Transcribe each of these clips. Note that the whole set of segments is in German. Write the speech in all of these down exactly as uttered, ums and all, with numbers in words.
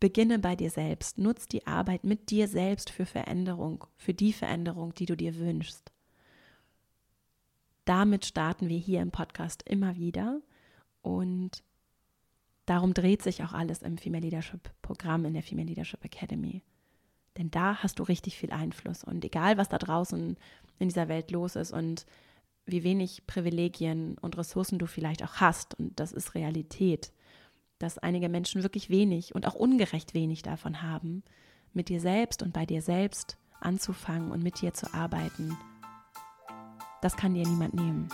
beginne bei dir selbst. Nutz die Arbeit mit dir selbst für Veränderung, für die Veränderung, die du dir wünschst. Damit starten wir hier im Podcast immer wieder und darum dreht sich auch alles im Female Leadership Programm, in der Female Leadership Academy. Denn da hast du richtig viel Einfluss und egal, was da draußen in dieser Welt los ist und wie wenig Privilegien und Ressourcen du vielleicht auch hast, und das ist Realität, dass einige Menschen wirklich wenig und auch ungerecht wenig davon haben, mit dir selbst und bei dir selbst anzufangen und mit dir zu arbeiten. Das kann dir niemand nehmen.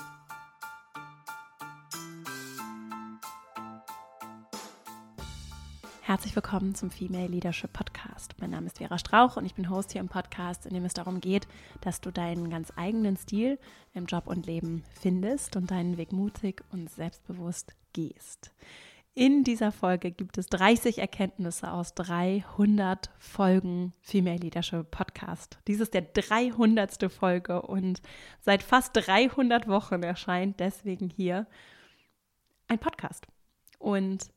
Herzlich willkommen zum Female Leadership Podcast. Mein Name ist Vera Strauch und ich bin Host hier im Podcast, in dem es darum geht, dass du deinen ganz eigenen Stil im Job und Leben findest und deinen Weg mutig und selbstbewusst gehst. In dieser Folge gibt es dreißig Erkenntnisse aus dreihundert Folgen Female Leadership Podcast. Dies ist der dreihundertste Folge und seit fast dreihundert Wochen erscheint deswegen hier ein Podcast. Und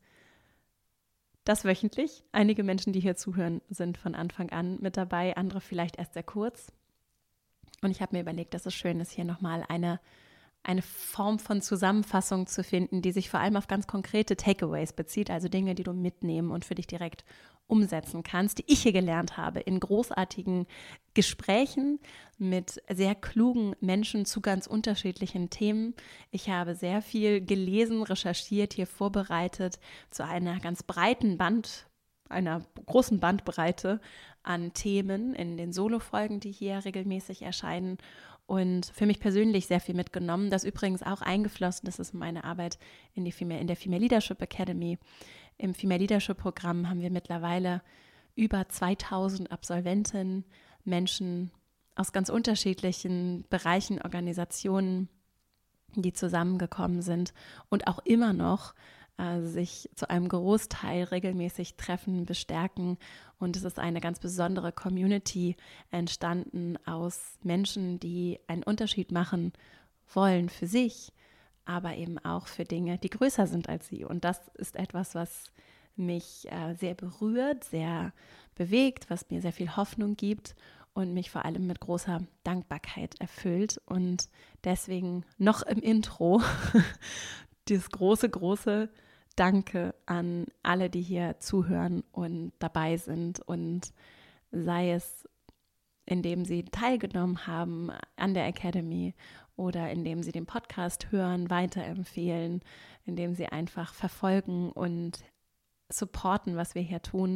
das wöchentlich. Einige Menschen, die hier zuhören, sind von Anfang an mit dabei, andere vielleicht erst sehr kurz. Und ich habe mir überlegt, dass es schön ist, hier nochmal eine eine Form von Zusammenfassung zu finden, die sich vor allem auf ganz konkrete Takeaways bezieht, also Dinge, die du mitnehmen und für dich direkt umsetzen kannst, die ich hier gelernt habe in großartigen Gesprächen mit sehr klugen Menschen zu ganz unterschiedlichen Themen. Ich habe sehr viel gelesen, recherchiert, hier vorbereitet zu einer ganz breiten Band, einer großen Bandbreite an Themen in den Solo-Folgen, die hier regelmäßig erscheinen. Und für mich persönlich sehr viel mitgenommen, das übrigens auch eingeflossen, das ist meine Arbeit in, die Female, in der Female Leadership Academy. Im Female Leadership Programm haben wir mittlerweile über zweitausend Absolventinnen, Menschen aus ganz unterschiedlichen Bereichen, Organisationen, die zusammengekommen sind und auch immer noch äh, sich zu einem Großteil regelmäßig treffen, bestärken. Und es ist eine ganz besondere Community entstanden aus Menschen, die einen Unterschied machen wollen für sich, aber eben auch für Dinge, die größer sind als sie. Und das ist etwas, was mich äh, sehr berührt, sehr bewegt, was mir sehr viel Hoffnung gibt und mich vor allem mit großer Dankbarkeit erfüllt. Und deswegen noch im Intro dieses große, große Danke an alle, die hier zuhören und dabei sind, und sei es, indem sie teilgenommen haben an der Academy oder indem sie den Podcast hören, weiterempfehlen, indem sie einfach verfolgen und supporten, was wir hier tun,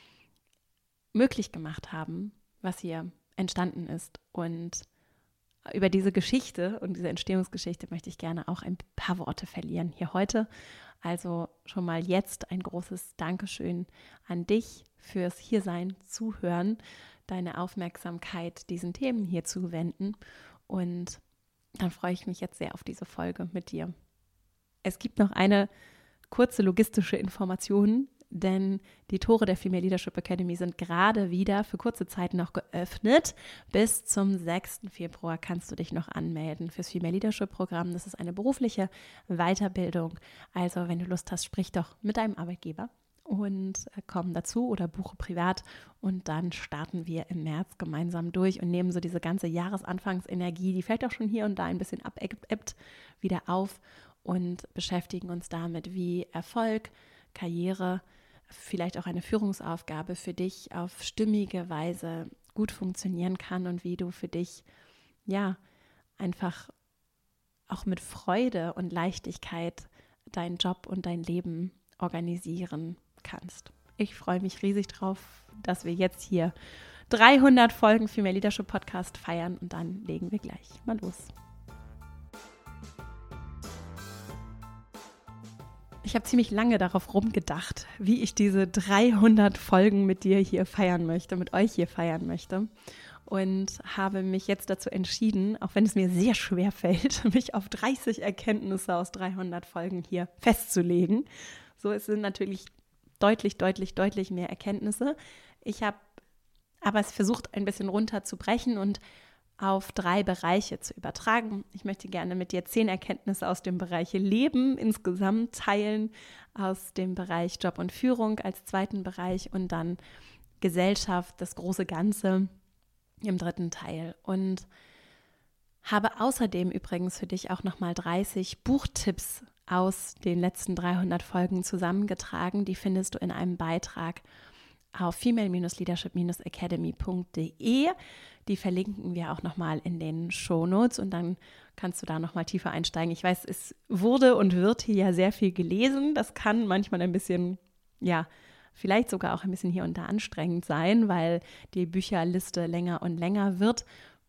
möglich gemacht haben, was hier entstanden ist. Und über diese Geschichte und diese Entstehungsgeschichte möchte ich gerne auch ein paar Worte verlieren hier heute. Also schon mal jetzt ein großes Dankeschön an dich fürs Hiersein, Zuhören, deine Aufmerksamkeit diesen Themen hier zuwenden. Und dann freue ich mich jetzt sehr auf diese Folge mit dir. Es gibt noch eine kurze logistische Information, denn die Tore der Female Leadership Academy sind gerade wieder für kurze Zeit noch geöffnet. Bis zum sechsten Februar kannst du dich noch anmelden fürs Female Leadership Programm. Das ist eine berufliche Weiterbildung. Also wenn du Lust hast, sprich doch mit deinem Arbeitgeber und komm dazu oder buche privat. Und dann starten wir im März gemeinsam durch und nehmen so diese ganze Jahresanfangsenergie, die vielleicht auch schon hier und da ein bisschen abebbt, wieder auf und beschäftigen uns damit, wie Erfolg, Karriere, vielleicht auch eine Führungsaufgabe für dich auf stimmige Weise gut funktionieren kann und wie du für dich ja einfach auch mit Freude und Leichtigkeit deinen Job und dein Leben organisieren kannst. Ich freue mich riesig drauf, dass wir jetzt hier dreihundert Folgen Female Leadership Podcast feiern, und dann legen wir gleich mal los. Ich habe ziemlich lange darauf rumgedacht, wie ich diese dreihundert Folgen mit dir hier feiern möchte, mit euch hier feiern möchte, und habe mich jetzt dazu entschieden, auch wenn es mir sehr schwer fällt, mich auf dreißig Erkenntnisse aus dreihundert Folgen hier festzulegen. So, es sind natürlich deutlich, deutlich, deutlich mehr Erkenntnisse. Ich habe aber es versucht, ein bisschen runterzubrechen und auf drei Bereiche zu übertragen. Ich möchte gerne mit dir zehn Erkenntnisse aus dem Bereich Leben insgesamt teilen, aus dem Bereich Job und Führung als zweiten Bereich und dann Gesellschaft, das große Ganze im dritten Teil. Und habe außerdem übrigens für dich auch nochmal dreißig Buchtipps aus den letzten dreihundert Folgen zusammengetragen. Die findest du in einem Beitrag auf female leadership academy punkt de. Die verlinken wir auch nochmal in den Shownotes und dann kannst du da nochmal tiefer einsteigen. Ich weiß, es wurde und wird hier ja sehr viel gelesen. Das kann manchmal ein bisschen, ja, vielleicht sogar auch ein bisschen hier und da anstrengend sein, weil die Bücherliste länger und länger wird.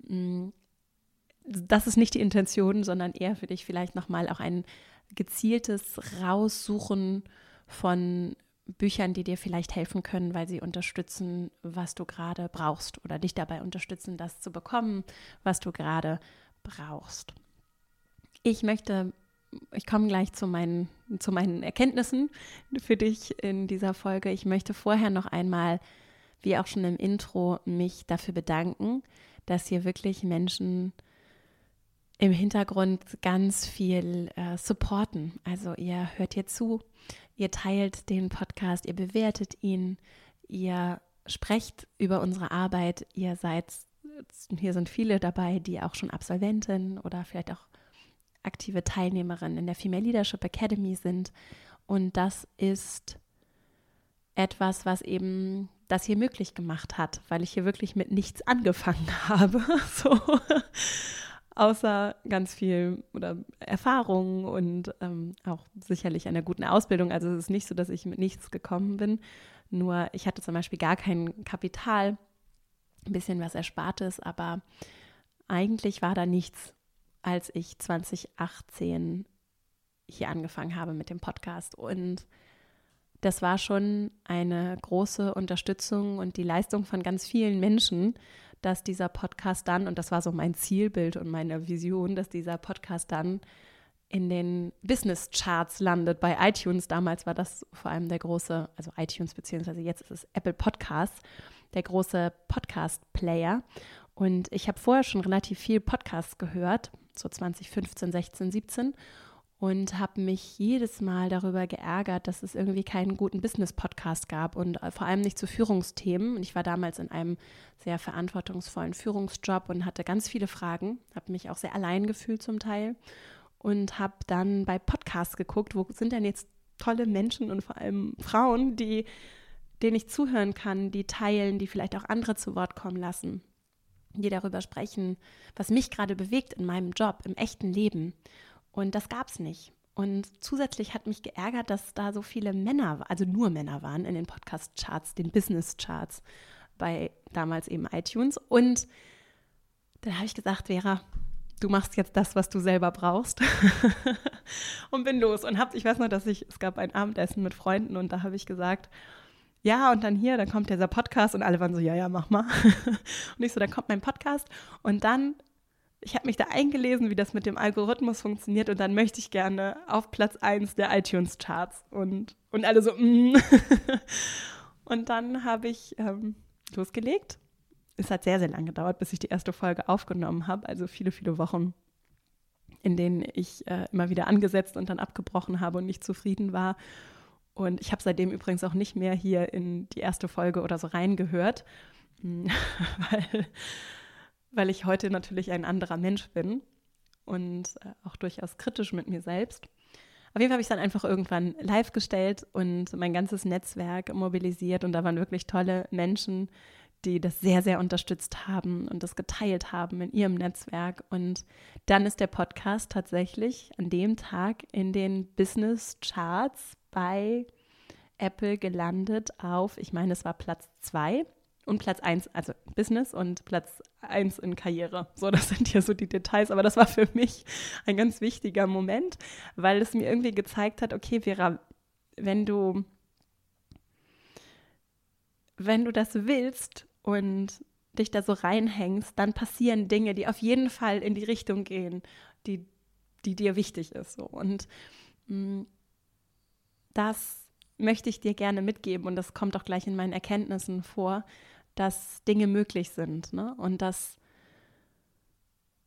Das ist nicht die Intention, sondern eher für dich vielleicht nochmal auch ein gezieltes Raussuchen von Büchern, die dir vielleicht helfen können, weil sie unterstützen, was du gerade brauchst oder dich dabei unterstützen, das zu bekommen, was du gerade brauchst. Ich möchte, ich komme gleich zu meinen, zu meinen Erkenntnissen für dich in dieser Folge. Ich möchte vorher noch einmal, wie auch schon im Intro, mich dafür bedanken, dass hier wirklich Menschen im Hintergrund ganz viel äh, supporten. Also ihr hört hier zu, ihr teilt den Podcast, ihr bewertet ihn, ihr sprecht über unsere Arbeit, ihr seid, hier sind viele dabei, die auch schon Absolventin oder vielleicht auch aktive Teilnehmerinnen in der Female Leadership Academy sind. Und das ist etwas, was eben das hier möglich gemacht hat, weil ich hier wirklich mit nichts angefangen habe. So. Außer ganz viel oder Erfahrung und ähm, auch sicherlich einer guten Ausbildung. Also es ist nicht so, dass ich mit nichts gekommen bin. Nur ich hatte zum Beispiel gar kein Kapital, ein bisschen was Erspartes, aber eigentlich war da nichts, als ich zwanzig achtzehn hier angefangen habe mit dem Podcast. Und das war schon eine große Unterstützung und die Leistung von ganz vielen Menschen, dass dieser Podcast dann, und das war so mein Zielbild und meine Vision, dass dieser Podcast dann in den Business-Charts landet bei iTunes. Damals war das vor allem der große, also iTunes beziehungsweise jetzt ist es Apple Podcasts, der große Podcast-Player. Und ich habe vorher schon relativ viel Podcasts gehört, so zwanzig fünfzehn, sechzehn, siebzehn, und habe mich jedes Mal darüber geärgert, dass es irgendwie keinen guten Business-Podcast gab und vor allem nicht zu Führungsthemen. Und ich war damals in einem sehr verantwortungsvollen Führungsjob und hatte ganz viele Fragen, habe mich auch sehr allein gefühlt zum Teil und habe dann bei Podcasts geguckt, wo sind denn jetzt tolle Menschen und vor allem Frauen, die, denen ich zuhören kann, die teilen, die vielleicht auch andere zu Wort kommen lassen, die darüber sprechen, was mich gerade bewegt in meinem Job, im echten Leben. Und das gab es nicht. Und zusätzlich hat mich geärgert, dass da so viele Männer, also nur Männer waren in den Podcast-Charts, den Business-Charts bei damals eben iTunes. Und dann habe ich gesagt, Vera, du machst jetzt das, was du selber brauchst. Und bin los. Und hab, ich weiß noch, dass ich, es gab ein Abendessen mit Freunden und da habe ich gesagt, ja, und dann hier, dann kommt dieser Podcast und alle waren so, ja, ja, mach mal. Und ich so, dann kommt mein Podcast und dann ich habe mich da eingelesen, wie das mit dem Algorithmus funktioniert und dann möchte ich gerne auf Platz eins der iTunes-Charts und, und alle so, mm. Und dann habe ich ähm, losgelegt. Es hat sehr, sehr lange gedauert, bis ich die erste Folge aufgenommen habe, also viele, viele Wochen, in denen ich äh, immer wieder angesetzt und dann abgebrochen habe und nicht zufrieden war. Und ich habe seitdem übrigens auch nicht mehr hier in die erste Folge oder so reingehört, weil... weil ich heute natürlich ein anderer Mensch bin und äh, auch durchaus kritisch mit mir selbst. Auf jeden Fall habe ich es dann einfach irgendwann live gestellt und mein ganzes Netzwerk mobilisiert und da waren wirklich tolle Menschen, die das sehr, sehr unterstützt haben und das geteilt haben in ihrem Netzwerk. Und dann ist der Podcast tatsächlich an dem Tag in den Business Charts bei Apple gelandet auf, ich meine, es war Platz zwei. Und Platz eins, also Business und Platz eins in Karriere. So, das sind hier so die Details. Aber das war für mich ein ganz wichtiger Moment, weil es mir irgendwie gezeigt hat, okay, Vera, wenn du, wenn du das willst und dich da so reinhängst, dann passieren Dinge, die auf jeden Fall in die Richtung gehen, die, die dir wichtig ist. So. Und mh, das möchte ich dir gerne mitgeben und das kommt auch gleich in meinen Erkenntnissen vor, dass Dinge möglich sind, ne? Und dass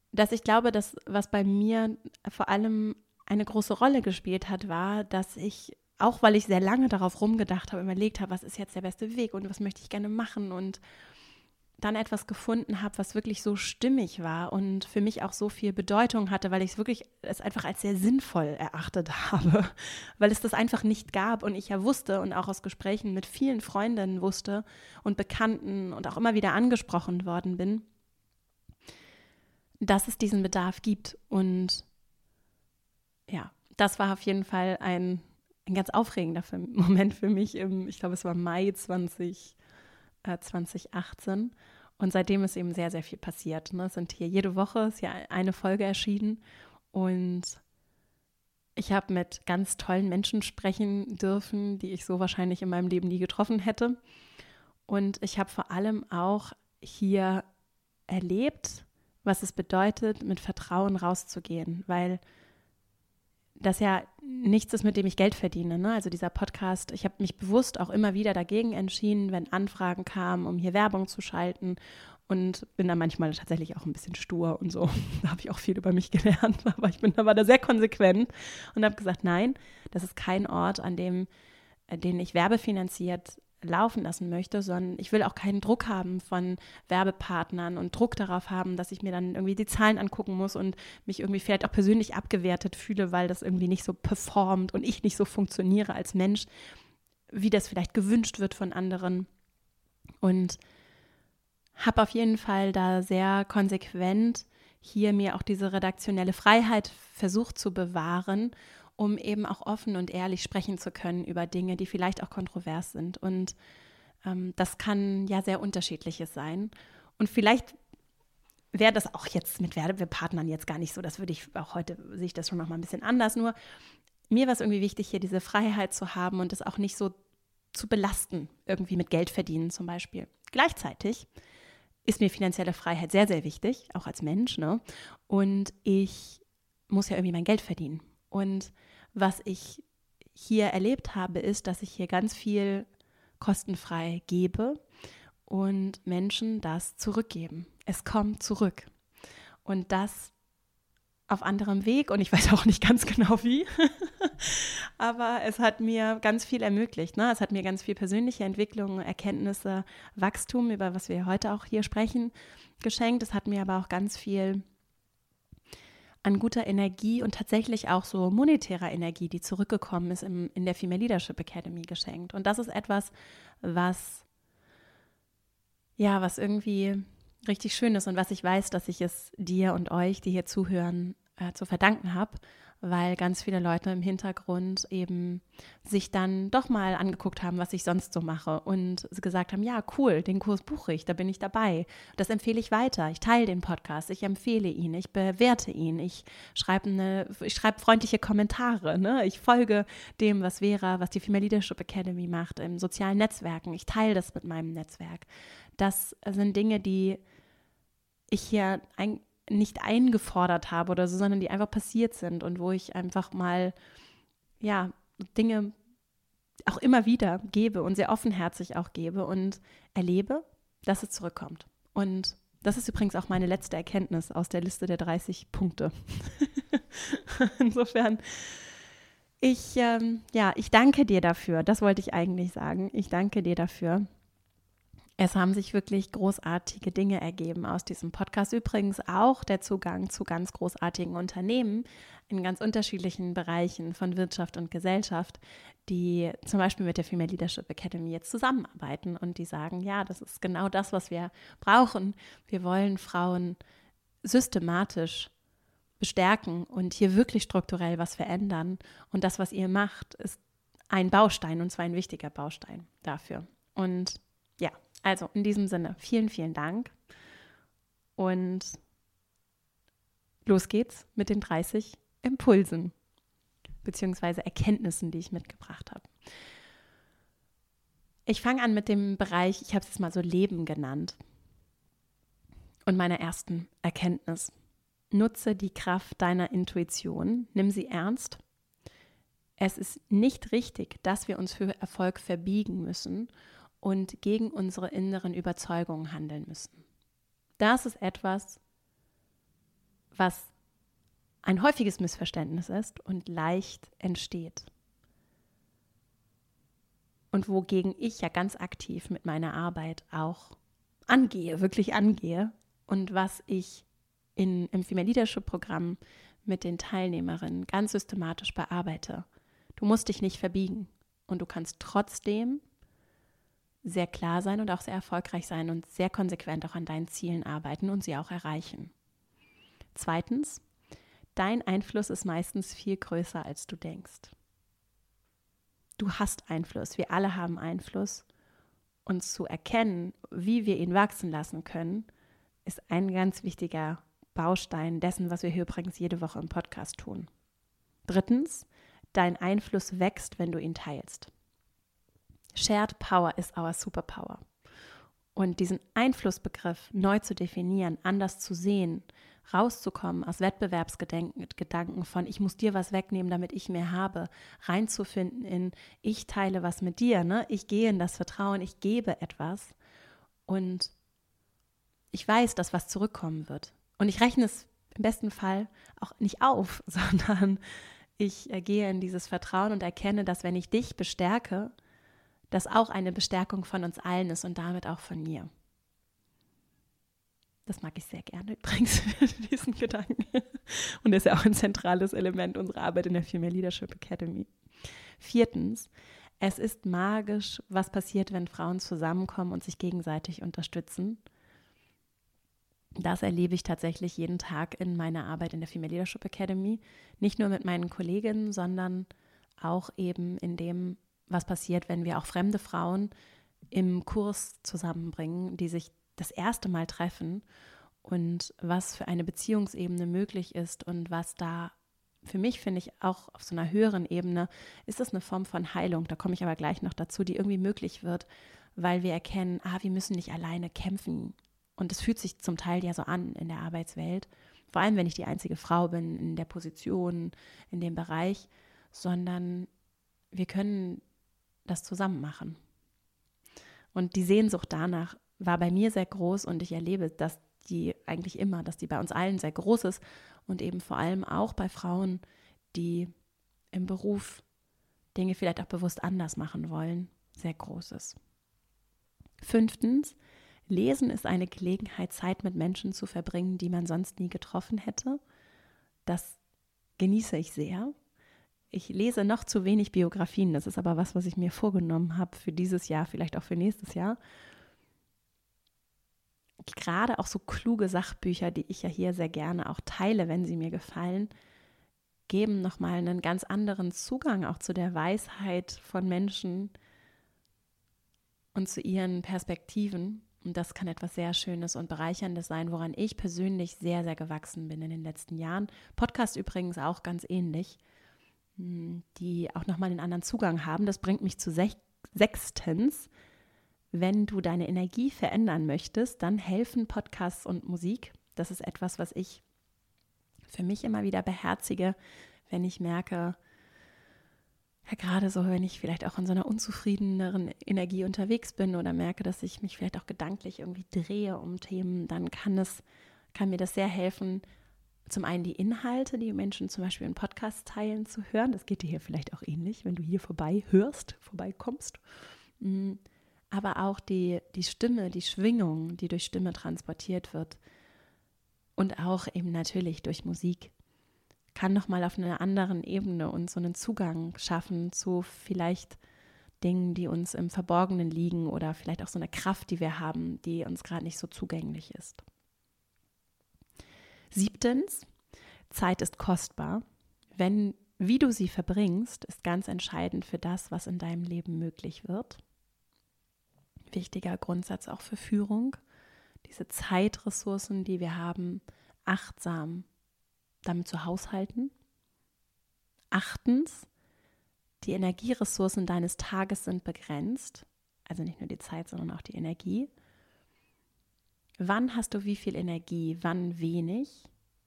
dass ich glaube, dass was bei mir vor allem eine große Rolle gespielt hat, war, dass ich, auch weil ich sehr lange darauf rumgedacht habe, überlegt habe, was ist jetzt der beste Weg und was möchte ich gerne machen und dann etwas gefunden habe, was wirklich so stimmig war und für mich auch so viel Bedeutung hatte, weil ich es wirklich es einfach als sehr sinnvoll erachtet habe, weil es das einfach nicht gab und ich ja wusste und auch aus Gesprächen mit vielen Freundinnen wusste und Bekannten und auch immer wieder angesprochen worden bin, dass es diesen Bedarf gibt. Und ja, das war auf jeden Fall ein, ein ganz aufregender Moment für mich im, ich glaube, es war Mai zwanzig achtzehn. Und seitdem ist eben sehr, sehr viel passiert. Ne? Es sind hier jede Woche, ist ja eine Folge erschienen. Und ich habe mit ganz tollen Menschen sprechen dürfen, die ich so wahrscheinlich in meinem Leben nie getroffen hätte. Und ich habe vor allem auch hier erlebt, was es bedeutet, mit Vertrauen rauszugehen, weil das ja nichts ist, mit dem ich Geld verdiene. Ne? Also dieser Podcast, ich habe mich bewusst auch immer wieder dagegen entschieden, wenn Anfragen kamen, um hier Werbung zu schalten und bin da manchmal tatsächlich auch ein bisschen stur und so. Da habe ich auch viel über mich gelernt, aber ich bin aber da sehr konsequent und habe gesagt, nein, das ist kein Ort, an dem, den ich werbefinanziert laufen lassen möchte, sondern ich will auch keinen Druck haben von Werbepartnern und Druck darauf haben, dass ich mir dann irgendwie die Zahlen angucken muss und mich irgendwie vielleicht auch persönlich abgewertet fühle, weil das irgendwie nicht so performt und ich nicht so funktioniere als Mensch, wie das vielleicht gewünscht wird von anderen. Und habe auf jeden Fall da sehr konsequent hier mir auch diese redaktionelle Freiheit versucht zu bewahren, um eben auch offen und ehrlich sprechen zu können über Dinge, die vielleicht auch kontrovers sind. Und ähm, das kann ja sehr Unterschiedliches sein. Und vielleicht wäre das auch jetzt mit Werbepartnern jetzt gar nicht so, das würde ich auch heute, sehe ich das schon noch mal ein bisschen anders. Nur mir war es irgendwie wichtig, hier diese Freiheit zu haben und das auch nicht so zu belasten, irgendwie mit Geld verdienen zum Beispiel. Gleichzeitig ist mir finanzielle Freiheit sehr, sehr wichtig, auch als Mensch, ne? Und ich muss ja irgendwie mein Geld verdienen. Und was ich hier erlebt habe, ist, dass ich hier ganz viel kostenfrei gebe und Menschen das zurückgeben. Es kommt zurück. Und das auf anderem Weg und ich weiß auch nicht ganz genau wie, aber es hat mir ganz viel ermöglicht. Ne? Es hat mir ganz viel persönliche Entwicklung, Erkenntnisse, Wachstum, über was wir heute auch hier sprechen, geschenkt. Es hat mir aber auch ganz viel an guter Energie und tatsächlich auch so monetärer Energie, die zurückgekommen ist im, in der Female Leadership Academy geschenkt. Und das ist etwas, was, ja, was irgendwie richtig schön ist und was ich weiß, dass ich es dir und euch, die hier zuhören, äh, zu verdanken habe, weil ganz viele Leute im Hintergrund eben sich dann doch mal angeguckt haben, was ich sonst so mache und gesagt haben, ja, cool, den Kurs buche ich, da bin ich dabei. Das empfehle ich weiter. Ich teile den Podcast, ich empfehle ihn, ich bewerte ihn, ich schreibe eine, ich schreibe freundliche Kommentare, ne? Ich folge dem, was Vera, was die Female Leadership Academy macht, in sozialen Netzwerken. Ich teile das mit meinem Netzwerk. Das sind Dinge, die ich hier ein, nicht eingefordert habe oder so, sondern die einfach passiert sind und wo ich einfach mal, ja, Dinge auch immer wieder gebe und sehr offenherzig auch gebe und erlebe, dass es zurückkommt. Und das ist übrigens auch meine letzte Erkenntnis aus der Liste der dreißig Punkte. Insofern, ich, ähm, ja, ich danke dir dafür. Das wollte ich eigentlich sagen. Ich danke dir dafür. Es haben sich wirklich großartige Dinge ergeben aus diesem Podcast. Übrigens auch der Zugang zu ganz großartigen Unternehmen in ganz unterschiedlichen Bereichen von Wirtschaft und Gesellschaft, die zum Beispiel mit der Female Leadership Academy jetzt zusammenarbeiten und die sagen, ja, das ist genau das, was wir brauchen. Wir wollen Frauen systematisch bestärken und hier wirklich strukturell was verändern. Und das, was ihr macht, ist ein Baustein und zwar ein wichtiger Baustein dafür. Und ja, also in diesem Sinne, vielen, vielen Dank und los geht's mit den dreißig Impulsen beziehungsweise Erkenntnissen, die ich mitgebracht habe. Ich fange an mit dem Bereich, ich habe es jetzt mal so Leben genannt und meiner ersten Erkenntnis. Nutze die Kraft deiner Intuition, nimm sie ernst. Es ist nicht richtig, dass wir uns für Erfolg verbiegen müssen und gegen unsere inneren Überzeugungen handeln müssen. Das ist etwas, was ein häufiges Missverständnis ist und leicht entsteht. Und wogegen ich ja ganz aktiv mit meiner Arbeit auch angehe, wirklich angehe und was ich in, im Female Leadership Programm mit den Teilnehmerinnen ganz systematisch bearbeite. Du musst dich nicht verbiegen und du kannst trotzdem sehr klar sein und auch sehr erfolgreich sein und sehr konsequent auch an deinen Zielen arbeiten und sie auch erreichen. Zweitens, dein Einfluss ist meistens viel größer, als du denkst. Du hast Einfluss, wir alle haben Einfluss. Und zu erkennen, wie wir ihn wachsen lassen können, ist ein ganz wichtiger Baustein dessen, was wir hier übrigens jede Woche im Podcast tun. Drittens, dein Einfluss wächst, wenn du ihn teilst. Shared Power is our superpower. Und diesen Einflussbegriff neu zu definieren, anders zu sehen, rauszukommen aus Wettbewerbsgedanken von ich muss dir was wegnehmen, damit ich mehr habe, reinzufinden in ich teile was mit dir, ne? Ich gehe in das Vertrauen, ich gebe etwas und ich weiß, dass was zurückkommen wird. Und ich rechne es im besten Fall auch nicht auf, sondern ich äh, gehe in dieses Vertrauen und erkenne, dass wenn ich dich bestärke, das auch eine Bestärkung von uns allen ist und damit auch von mir. Das mag ich sehr gerne übrigens, diesen Gedanken. Und ist ja auch ein zentrales Element unserer Arbeit in der Female Leadership Academy. Viertens, es ist magisch, was passiert, wenn Frauen zusammenkommen und sich gegenseitig unterstützen. Das erlebe ich tatsächlich jeden Tag in meiner Arbeit in der Female Leadership Academy. Nicht nur mit meinen Kolleginnen, sondern auch eben in dem, was passiert, wenn wir auch fremde Frauen im Kurs zusammenbringen, die sich das erste Mal treffen und was für eine Beziehungsebene möglich ist und was da für mich, finde ich, auch auf so einer höheren Ebene, ist das eine Form von Heilung, da komme ich aber gleich noch dazu, die irgendwie möglich wird, weil wir erkennen, ah, wir müssen nicht alleine kämpfen. Und es fühlt sich zum Teil ja so an in der Arbeitswelt, vor allem wenn ich die einzige Frau bin in der Position, in dem Bereich, sondern wir können das zusammen machen. Und die Sehnsucht danach war bei mir sehr groß und ich erlebe, dass die eigentlich immer, dass die bei uns allen sehr groß ist und eben vor allem auch bei Frauen, die im Beruf Dinge vielleicht auch bewusst anders machen wollen, sehr groß ist. Fünftens, Lesen ist eine Gelegenheit, Zeit mit Menschen zu verbringen, die man sonst nie getroffen hätte. Das genieße ich sehr. Ich lese noch zu wenig Biografien, das ist aber was, was ich mir vorgenommen habe für dieses Jahr, vielleicht auch für nächstes Jahr. Gerade auch so kluge Sachbücher, die ich ja hier sehr gerne auch teile, wenn sie mir gefallen, geben nochmal einen ganz anderen Zugang auch zu der Weisheit von Menschen und zu ihren Perspektiven. Und das kann etwas sehr Schönes und Bereicherndes sein, woran ich persönlich sehr, sehr gewachsen bin in den letzten Jahren. Podcast übrigens auch ganz ähnlich, die auch nochmal einen anderen Zugang haben. Das bringt mich zu sech- sechstens. Wenn du deine Energie verändern möchtest, dann helfen Podcasts und Musik. Das ist etwas, was ich für mich immer wieder beherzige, wenn ich merke, ja, gerade so, wenn ich vielleicht auch in so einer unzufriedeneren Energie unterwegs bin oder merke, dass ich mich vielleicht auch gedanklich irgendwie drehe um Themen, dann kann es, kann mir das sehr helfen, zum einen die Inhalte, die Menschen zum Beispiel in Podcasts teilen, zu hören. Das geht dir hier vielleicht auch ähnlich, wenn du hier vorbei hörst, vorbeikommst. Aber auch die, die Stimme, die Schwingung, die durch Stimme transportiert wird und auch eben natürlich durch Musik, kann nochmal auf einer anderen Ebene uns so einen Zugang schaffen zu vielleicht Dingen, die uns im Verborgenen liegen oder vielleicht auch so eine Kraft, die wir haben, die uns gerade nicht so zugänglich ist. Siebtens, Zeit ist kostbar. Wenn, wie du sie verbringst, ist ganz entscheidend für das, was in deinem Leben möglich wird. Wichtiger Grundsatz auch für Führung, diese Zeitressourcen, die wir haben, achtsam damit zu haushalten. Achtens, die Energieressourcen deines Tages sind begrenzt, also nicht nur die Zeit, sondern auch die Energie. Wann hast du wie viel Energie, wann wenig?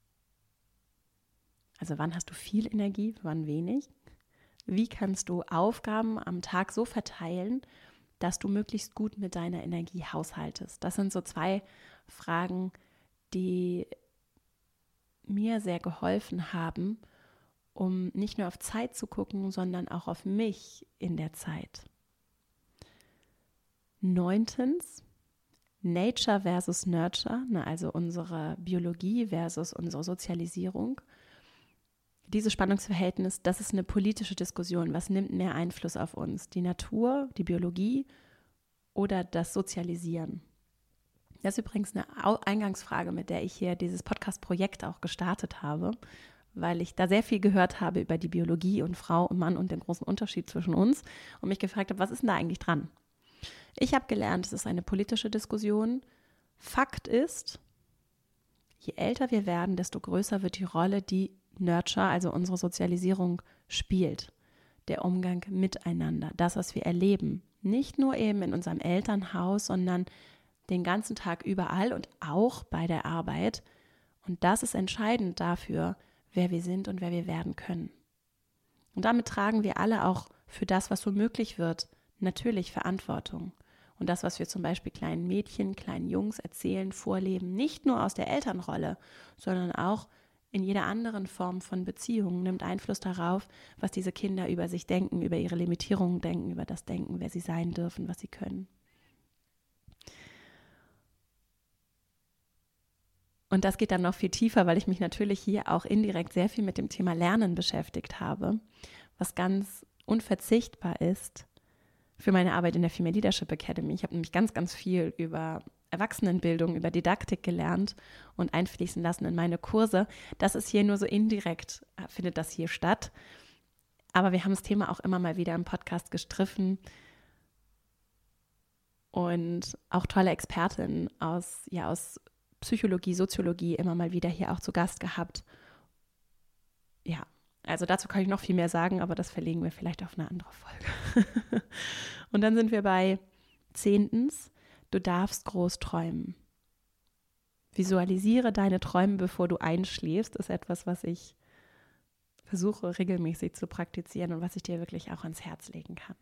Also wann hast du viel Energie, wann wenig? Wie kannst du Aufgaben am Tag so verteilen, dass du möglichst gut mit deiner Energie haushaltest? Das sind so zwei Fragen, die mir sehr geholfen haben, um nicht nur auf Zeit zu gucken, sondern auch auf mich in der Zeit. Neuntens, Nature versus Nurture, ne, also unsere Biologie versus unsere Sozialisierung. Dieses Spannungsverhältnis, das ist eine politische Diskussion. Was nimmt mehr Einfluss auf uns? Die Natur, die Biologie oder das Sozialisieren? Das ist übrigens eine Eingangsfrage, mit der ich hier dieses Podcast-Projekt auch gestartet habe, weil ich da sehr viel gehört habe über die Biologie und Frau und Mann und den großen Unterschied zwischen uns und mich gefragt habe, was ist denn da eigentlich dran? Ich habe gelernt, es ist eine politische Diskussion. Fakt ist, je älter wir werden, desto größer wird die Rolle, die Nurture, also unsere Sozialisierung, spielt. Der Umgang miteinander, das, was wir erleben. Nicht nur eben in unserem Elternhaus, sondern den ganzen Tag überall und auch bei der Arbeit. Und das ist entscheidend dafür, wer wir sind und wer wir werden können. Und damit tragen wir alle auch für das, was so möglich wird, natürlich Verantwortung. Und das, was wir zum Beispiel kleinen Mädchen, kleinen Jungs erzählen, vorleben, nicht nur aus der Elternrolle, sondern auch in jeder anderen Form von Beziehung, nimmt Einfluss darauf, was diese Kinder über sich denken, über ihre Limitierungen denken, über das Denken, wer sie sein dürfen, was sie können. Und das geht dann noch viel tiefer, weil ich mich natürlich hier auch indirekt sehr viel mit dem Thema Lernen beschäftigt habe, was ganz unverzichtbar ist für meine Arbeit in der Female Leadership Academy. Ich habe nämlich ganz, ganz viel über Erwachsenenbildung, über Didaktik gelernt und einfließen lassen in meine Kurse. Das ist hier nur so indirekt, findet das hier statt. Aber wir haben das Thema auch immer mal wieder im Podcast gestriffen und auch tolle Expertinnen aus, ja, aus Psychologie, Soziologie immer mal wieder hier auch zu Gast gehabt. Ja, also dazu kann ich noch viel mehr sagen, aber das verlegen wir vielleicht auf eine andere Folge. Und dann sind wir bei zehntens, du darfst groß träumen. Visualisiere deine Träume, bevor du einschläfst, ist etwas, was ich versuche regelmäßig zu praktizieren und was ich dir wirklich auch ans Herz legen kann.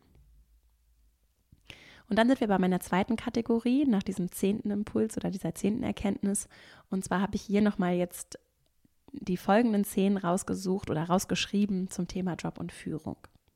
Und dann sind wir bei meiner zweiten Kategorie, nach diesem zehnten Impuls oder dieser zehnten Erkenntnis. Und zwar habe ich hier nochmal jetzt die folgenden zehn rausgesucht oder rausgeschrieben zum Thema Job und Führung.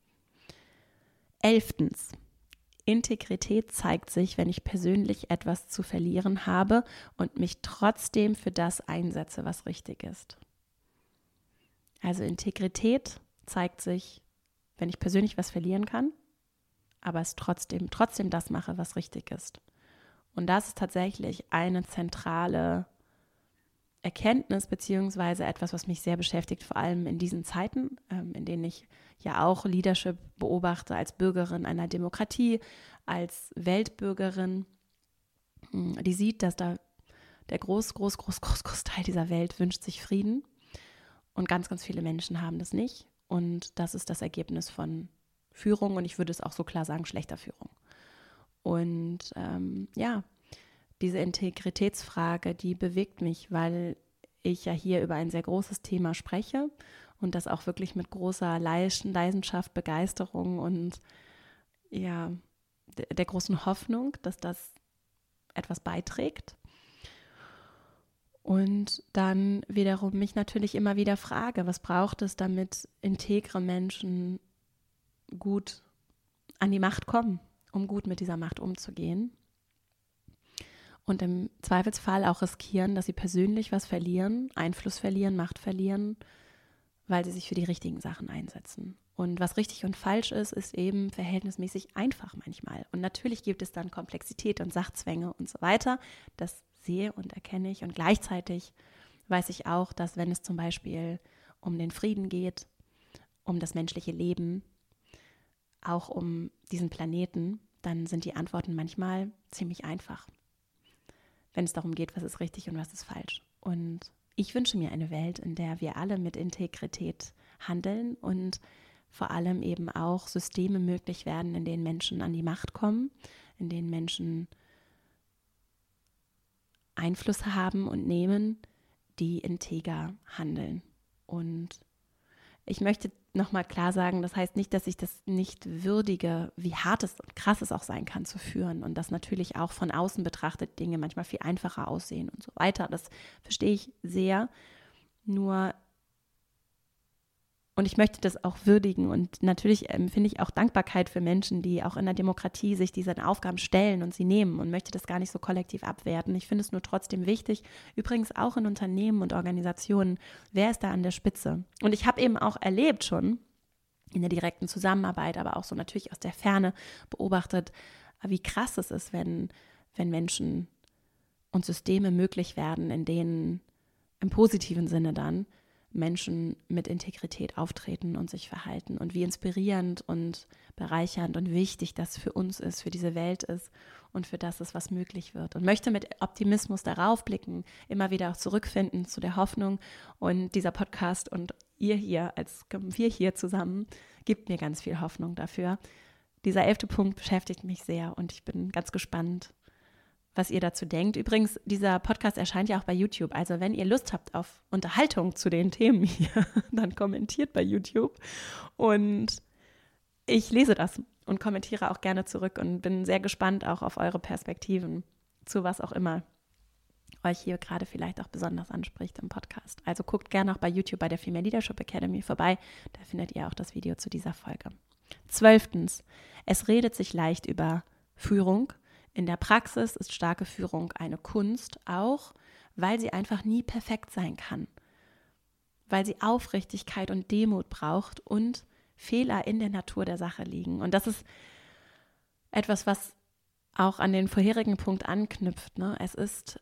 Elftens. Integrität zeigt sich, wenn ich persönlich etwas zu verlieren habe und mich trotzdem für das einsetze, was richtig ist. Also Integrität zeigt sich, wenn ich persönlich was verlieren kann, aber es trotzdem, trotzdem das mache, was richtig ist. Und das ist tatsächlich eine zentrale Erkenntnis beziehungsweise etwas, was mich sehr beschäftigt, vor allem in diesen Zeiten, ähm, in denen ich ja auch Leadership beobachte als Bürgerin einer Demokratie, als Weltbürgerin, die sieht, dass da der groß, groß, groß, groß, groß Teil dieser Welt wünscht sich Frieden und ganz, ganz viele Menschen haben das nicht und das ist das Ergebnis von Führung und ich würde es auch so klar sagen, schlechter Führung. Und ähm, ja, diese Integritätsfrage, die bewegt mich, weil ich ja hier über ein sehr großes Thema spreche und das auch wirklich mit großer Leidenschaft, Begeisterung und ja, der großen Hoffnung, dass das etwas beiträgt. Und dann wiederum mich natürlich immer wieder frage, was braucht es, damit integre Menschen gut an die Macht kommen, um gut mit dieser Macht umzugehen. Und im Zweifelsfall auch riskieren, dass sie persönlich was verlieren, Einfluss verlieren, Macht verlieren, weil sie sich für die richtigen Sachen einsetzen. Und was richtig und falsch ist, ist eben verhältnismäßig einfach manchmal. Und natürlich gibt es dann Komplexität und Sachzwänge und so weiter. Das sehe und erkenne ich. Und gleichzeitig weiß ich auch, dass wenn es zum Beispiel um den Frieden geht, um das menschliche Leben, auch um diesen Planeten, dann sind die Antworten manchmal ziemlich einfach, wenn es darum geht, was ist richtig und was ist falsch. Und ich wünsche mir eine Welt, in der wir alle mit Integrität handeln und vor allem eben auch Systeme möglich werden, in denen Menschen an die Macht kommen, in denen Menschen Einfluss haben und nehmen, die integer handeln. Und ich möchte nochmal klar sagen, das heißt nicht, dass ich das nicht würdige, wie hart es und krass es auch sein kann zu führen und dass natürlich auch von außen betrachtet Dinge manchmal viel einfacher aussehen und so weiter. Das verstehe ich sehr. Nur, und ich möchte das auch würdigen und natürlich empfinde ich auch Dankbarkeit für Menschen, die auch in der Demokratie sich diesen Aufgaben stellen und sie nehmen und möchte das gar nicht so kollektiv abwerten. Ich finde es nur trotzdem wichtig, übrigens auch in Unternehmen und Organisationen, wer ist da an der Spitze? Und ich habe eben auch erlebt schon in der direkten Zusammenarbeit, aber auch so natürlich aus der Ferne beobachtet, wie krass es ist, wenn, wenn Menschen und Systeme möglich werden, in denen im positiven Sinne dann Menschen mit Integrität auftreten und sich verhalten und wie inspirierend und bereichernd und wichtig das für uns ist, für diese Welt ist und für das ist, was möglich wird. Und möchte mit Optimismus darauf blicken, immer wieder auch zurückfinden zu der Hoffnung. Und dieser Podcast und ihr hier, als wir hier zusammen, gibt mir ganz viel Hoffnung dafür. Dieser elfte Punkt beschäftigt mich sehr und ich bin ganz gespannt, was ihr dazu denkt. Übrigens, dieser Podcast erscheint ja auch bei YouTube. Also wenn ihr Lust habt auf Unterhaltung zu den Themen hier, dann kommentiert bei YouTube. Und ich lese das und kommentiere auch gerne zurück und bin sehr gespannt auch auf eure Perspektiven zu was auch immer euch hier gerade vielleicht auch besonders anspricht im Podcast. Also guckt gerne auch bei YouTube bei der Female Leadership Academy vorbei. Da findet ihr auch das Video zu dieser Folge. Zwölftens, es redet sich leicht über Führung. In der Praxis ist starke Führung eine Kunst, auch weil sie einfach nie perfekt sein kann, weil sie Aufrichtigkeit und Demut braucht und Fehler in der Natur der Sache liegen. Und das ist etwas, was auch an den vorherigen Punkt anknüpft, ne? Es ist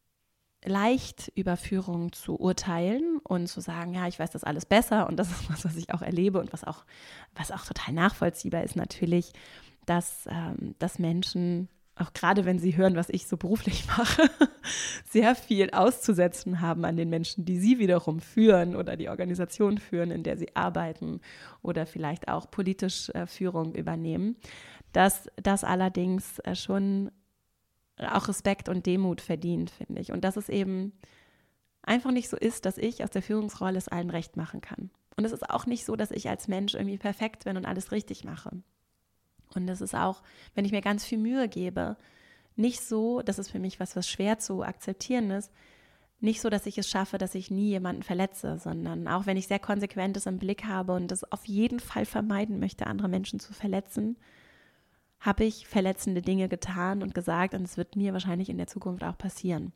leicht, über Führung zu urteilen und zu sagen, ja, ich weiß das alles besser und das ist was, was ich auch erlebe und was auch, was auch total nachvollziehbar ist natürlich, dass, ähm, dass Menschen auch gerade wenn sie hören, was ich so beruflich mache, sehr viel auszusetzen haben an den Menschen, die sie wiederum führen oder die Organisation führen, in der sie arbeiten oder vielleicht auch politisch äh, Führung übernehmen, dass das allerdings äh, schon auch Respekt und Demut verdient, finde ich. Und dass es eben einfach nicht so ist, dass ich aus der Führungsrolle es allen recht machen kann. Und es ist auch nicht so, dass ich als Mensch irgendwie perfekt bin und alles richtig mache. Und es ist auch, wenn ich mir ganz viel Mühe gebe, nicht so, das ist für mich was, was schwer zu akzeptieren ist, nicht so, dass ich es schaffe, dass ich nie jemanden verletze, sondern auch wenn ich sehr Konsequentes im Blick habe und es auf jeden Fall vermeiden möchte, andere Menschen zu verletzen, habe ich verletzende Dinge getan und gesagt und es wird mir wahrscheinlich in der Zukunft auch passieren.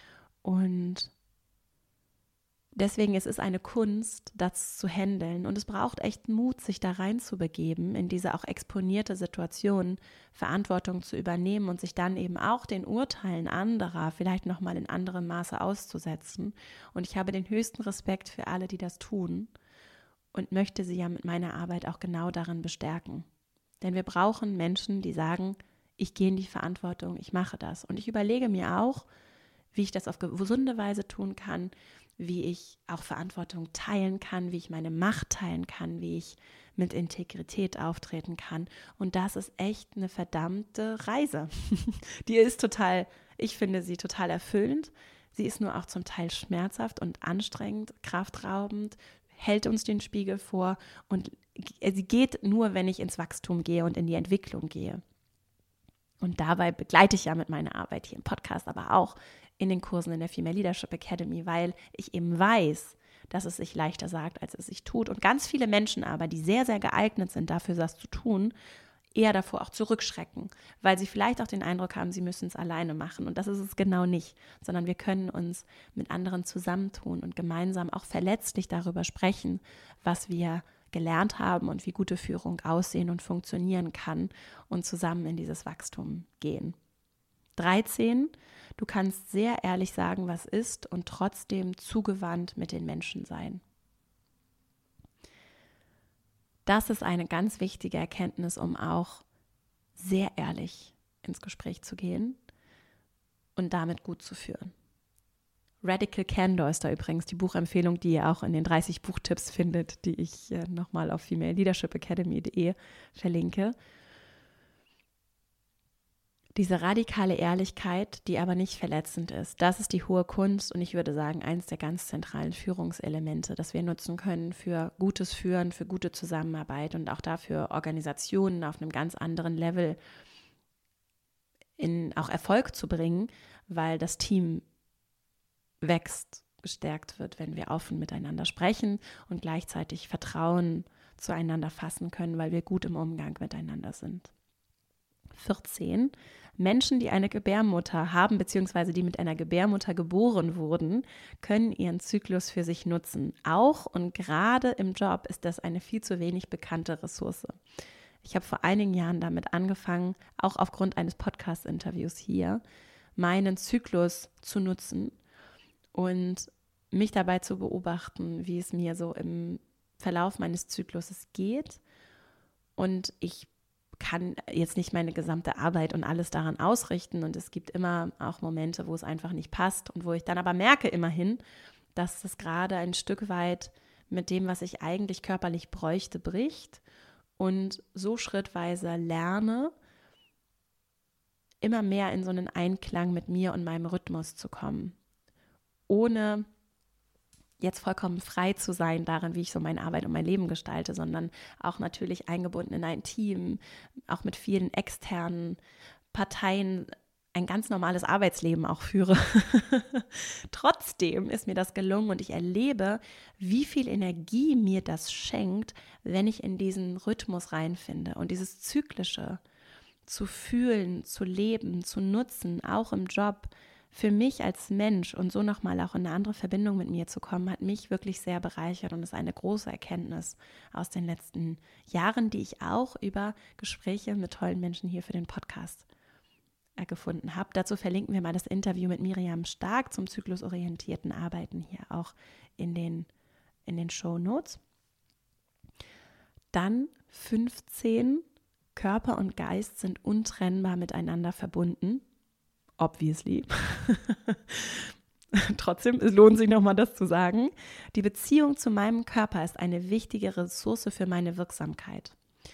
Und deswegen ist es eine Kunst, das zu handeln und es braucht echt Mut, sich da reinzubegeben, in diese auch exponierte Situation, Verantwortung zu übernehmen und sich dann eben auch den Urteilen anderer vielleicht nochmal in anderem Maße auszusetzen. Und ich habe den höchsten Respekt für alle, die das tun und möchte sie ja mit meiner Arbeit auch genau darin bestärken. Denn wir brauchen Menschen, die sagen, ich gehe in die Verantwortung, ich mache das. Und ich überlege mir auch, wie ich das auf gesunde Weise tun kann, wie ich auch Verantwortung teilen kann, wie ich meine Macht teilen kann, wie ich mit Integrität auftreten kann. Und das ist echt eine verdammte Reise. Die ist total, ich finde sie total erfüllend. Sie ist nur auch zum Teil schmerzhaft und anstrengend, kraftraubend, hält uns den Spiegel vor und sie geht nur, wenn ich ins Wachstum gehe und in die Entwicklung gehe. Und dabei begleite ich ja mit meiner Arbeit hier im Podcast, aber auch in den Kursen in der Female Leadership Academy, weil ich eben weiß, dass es sich leichter sagt, als es sich tut. Und ganz viele Menschen aber, die sehr, sehr geeignet sind, dafür das zu tun, eher davor auch zurückschrecken, weil sie vielleicht auch den Eindruck haben, sie müssen es alleine machen. Und das ist es genau nicht, sondern wir können uns mit anderen zusammentun und gemeinsam auch verletzlich darüber sprechen, was wir gelernt haben und wie gute Führung aussehen und funktionieren kann und zusammen in dieses Wachstum gehen. dreizehn. Du kannst sehr ehrlich sagen, was ist und trotzdem zugewandt mit den Menschen sein. Das ist eine ganz wichtige Erkenntnis, um auch sehr ehrlich ins Gespräch zu gehen und damit gut zu führen. Radical Candor ist da übrigens die Buchempfehlung, die ihr auch in den dreißig Buchtipps findet, die ich äh, nochmal auf female leadership academy punkt de verlinke. Diese radikale Ehrlichkeit, die aber nicht verletzend ist, das ist die hohe Kunst und ich würde sagen, eins der ganz zentralen Führungselemente, das wir nutzen können für gutes Führen, für gute Zusammenarbeit und auch dafür Organisationen auf einem ganz anderen Level in auch Erfolg zu bringen, weil das Team wächst gestärkt wird, wenn wir offen miteinander sprechen und gleichzeitig Vertrauen zueinander fassen können, weil wir gut im Umgang miteinander sind. vierzehn. Menschen, die eine Gebärmutter haben, beziehungsweise die mit einer Gebärmutter geboren wurden, können ihren Zyklus für sich nutzen. Auch und gerade im Job ist das eine viel zu wenig bekannte Ressource. Ich habe vor einigen Jahren damit angefangen, auch aufgrund eines Podcast-Interviews hier, meinen Zyklus zu nutzen und mich dabei zu beobachten, wie es mir so im Verlauf meines Zykluses geht. Und ich kann jetzt nicht meine gesamte Arbeit und alles daran ausrichten. Und es gibt immer auch Momente, wo es einfach nicht passt und wo ich dann aber merke immerhin, dass das gerade ein Stück weit mit dem, was ich eigentlich körperlich bräuchte, bricht und so schrittweise lerne, immer mehr in so einen Einklang mit mir und meinem Rhythmus zu kommen, ohne jetzt vollkommen frei zu sein darin, wie ich so meine Arbeit und mein Leben gestalte, sondern auch natürlich eingebunden in ein Team, auch mit vielen externen Parteien ein ganz normales Arbeitsleben auch führe. Trotzdem ist mir das gelungen und ich erlebe, wie viel Energie mir das schenkt, wenn ich in diesen Rhythmus reinfinde und dieses Zyklische zu fühlen, zu leben, zu nutzen, auch im Job, für mich als Mensch und so nochmal auch in eine andere Verbindung mit mir zu kommen, hat mich wirklich sehr bereichert und ist eine große Erkenntnis aus den letzten Jahren, die ich auch über Gespräche mit tollen Menschen hier für den Podcast gefunden habe. Dazu verlinken wir mal das Interview mit Miriam Stark zum zyklusorientierten Arbeiten hier auch in den, in den Shownotes. Dann fünfzehn, Körper und Geist sind untrennbar miteinander verbunden. Obviously. Trotzdem, es lohnt sich nochmal das zu sagen. Die Beziehung zu meinem Körper ist eine wichtige Ressource für meine Wirksamkeit.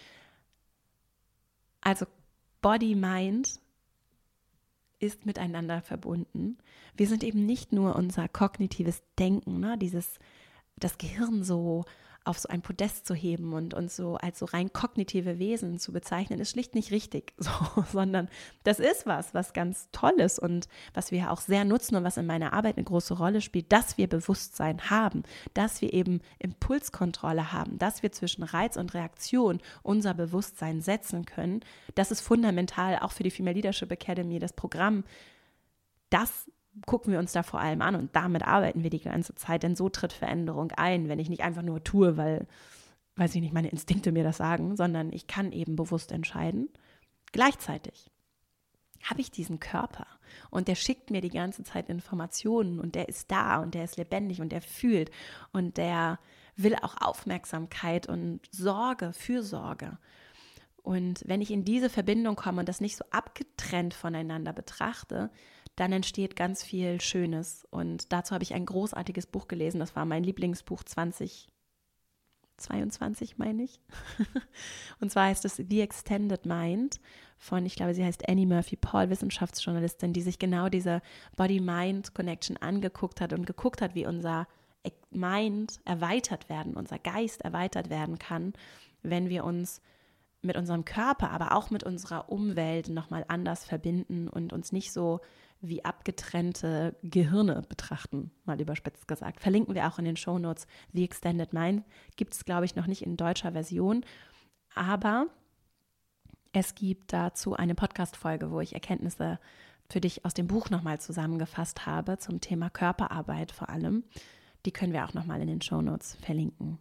Also Body, Mind ist miteinander verbunden. Wir sind eben nicht nur unser kognitives Denken, ne? Dieses, das Gehirn so auf so ein Podest zu heben und uns so als so rein kognitive Wesen zu bezeichnen, ist schlicht nicht richtig, so, sondern das ist was, was ganz Tolles und was wir auch sehr nutzen und was in meiner Arbeit eine große Rolle spielt, dass wir Bewusstsein haben, dass wir eben Impulskontrolle haben, dass wir zwischen Reiz und Reaktion unser Bewusstsein setzen können. Das ist fundamental auch für die Female Leadership Academy, das Programm, das gucken wir uns da vor allem an und damit arbeiten wir die ganze Zeit, denn so tritt Veränderung ein, wenn ich nicht einfach nur tue, weil, weiß ich nicht, meine Instinkte mir das sagen, sondern ich kann eben bewusst entscheiden. Gleichzeitig habe ich diesen Körper und der schickt mir die ganze Zeit Informationen und der ist da und der ist lebendig und der fühlt und der will auch Aufmerksamkeit und Sorge, Fürsorge. Und wenn ich in diese Verbindung komme und das nicht so abgetrennt voneinander betrachte, dann entsteht ganz viel Schönes. Und dazu habe ich ein großartiges Buch gelesen. Das war mein Lieblingsbuch zwanzig zweiundzwanzig, meine ich. Und zwar heißt es The Extended Mind von, ich glaube, sie heißt Annie Murphy Paul, Wissenschaftsjournalistin, die sich genau diese Body-Mind-Connection angeguckt hat und geguckt hat, wie unser Mind erweitert werden, unser Geist erweitert werden kann, wenn wir uns mit unserem Körper, aber auch mit unserer Umwelt nochmal anders verbinden und uns nicht so wie abgetrennte Gehirne betrachten, mal überspitzt gesagt. Verlinken wir auch in den Shownotes. The Extended Mind gibt es, glaube ich, noch nicht in deutscher Version, aber es gibt dazu eine Podcast-Folge, wo ich Erkenntnisse für dich aus dem Buch nochmal zusammengefasst habe, zum Thema Körperarbeit vor allem. Die können wir auch nochmal in den Shownotes verlinken.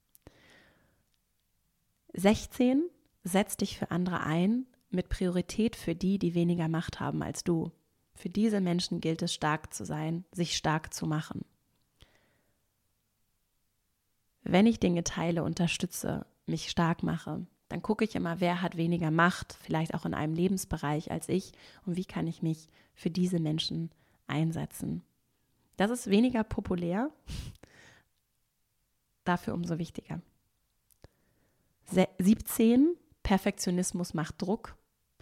sechzehn. Setz dich für andere ein, mit Priorität für die, die weniger Macht haben als du. Für diese Menschen gilt es, stark zu sein, sich stark zu machen. Wenn ich Dinge teile, unterstütze, mich stark mache, dann gucke ich immer, wer hat weniger Macht, vielleicht auch in einem Lebensbereich als ich, und wie kann ich mich für diese Menschen einsetzen. Das ist weniger populär, dafür umso wichtiger. siebzehn. Perfektionismus macht Druck.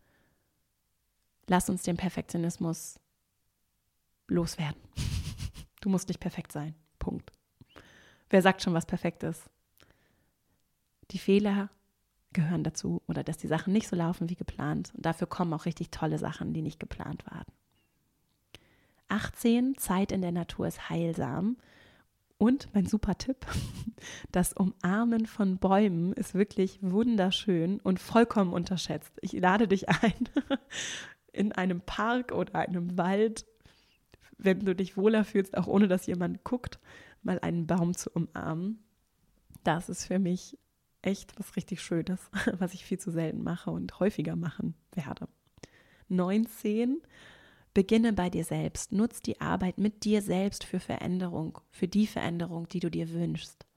Lass uns den Perfektionismus loswerden. Du musst nicht perfekt sein. Punkt. Wer sagt schon, was perfekt ist? Die Fehler gehören dazu oder dass die Sachen nicht so laufen wie geplant. Und dafür kommen auch richtig tolle Sachen, die nicht geplant waren. achtzehn, Zeit in der Natur ist heilsam. Und mein super Tipp, das Umarmen von Bäumen ist wirklich wunderschön und vollkommen unterschätzt. Ich lade dich ein, in einem Park oder einem Wald, wenn du dich wohler fühlst, auch ohne dass jemand guckt, mal einen Baum zu umarmen. Das ist für mich echt was richtig Schönes, was ich viel zu selten mache und häufiger machen werde. neunzehn. Beginne bei dir selbst. Nutz die Arbeit mit dir selbst für Veränderung, für die Veränderung, die du dir wünschst.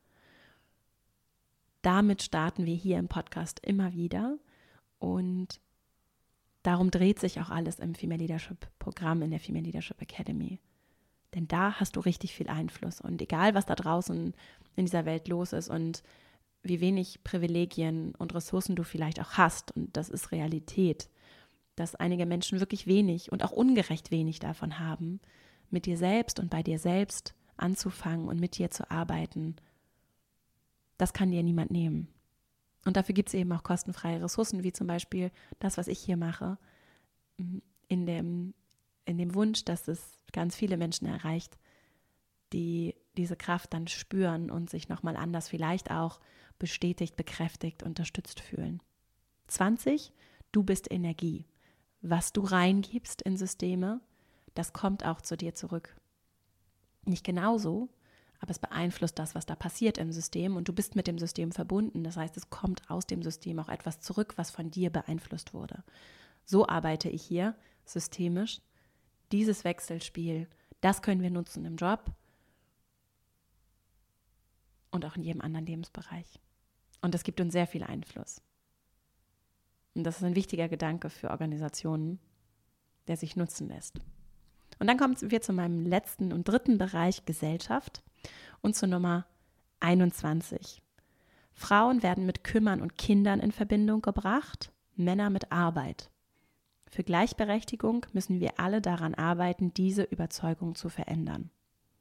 Damit starten wir hier im Podcast immer wieder und darum dreht sich auch alles im Female Leadership Programm in der Female Leadership Academy. Denn da hast du richtig viel Einfluss und egal, was da draußen in dieser Welt los ist und wie wenig Privilegien und Ressourcen du vielleicht auch hast, und das ist Realität, dass einige Menschen wirklich wenig und auch ungerecht wenig davon haben, mit dir selbst und bei dir selbst anzufangen und mit dir zu arbeiten. Das kann dir niemand nehmen. Und dafür gibt es eben auch kostenfreie Ressourcen, wie zum Beispiel das, was ich hier mache, in dem, in dem Wunsch, dass es ganz viele Menschen erreicht, die diese Kraft dann spüren und sich nochmal anders vielleicht auch bestätigt, bekräftigt, unterstützt fühlen. zwanzig, du bist Energie. Was du reingibst in Systeme, das kommt auch zu dir zurück. Nicht genauso, aber es beeinflusst das, was da passiert im System und du bist mit dem System verbunden. Das heißt, es kommt aus dem System auch etwas zurück, was von dir beeinflusst wurde. So arbeite ich hier systemisch. Dieses Wechselspiel, das können wir nutzen im Job und auch in jedem anderen Lebensbereich. Und das gibt uns sehr viel Einfluss. Und das ist ein wichtiger Gedanke für Organisationen, der sich nutzen lässt. Und dann kommen wir zu meinem letzten und dritten Bereich, Gesellschaft, und zur Nummer einundzwanzig. Frauen werden mit Kümmern und Kindern in Verbindung gebracht, Männer mit Arbeit. Für Gleichberechtigung müssen wir alle daran arbeiten, diese Überzeugung zu verändern.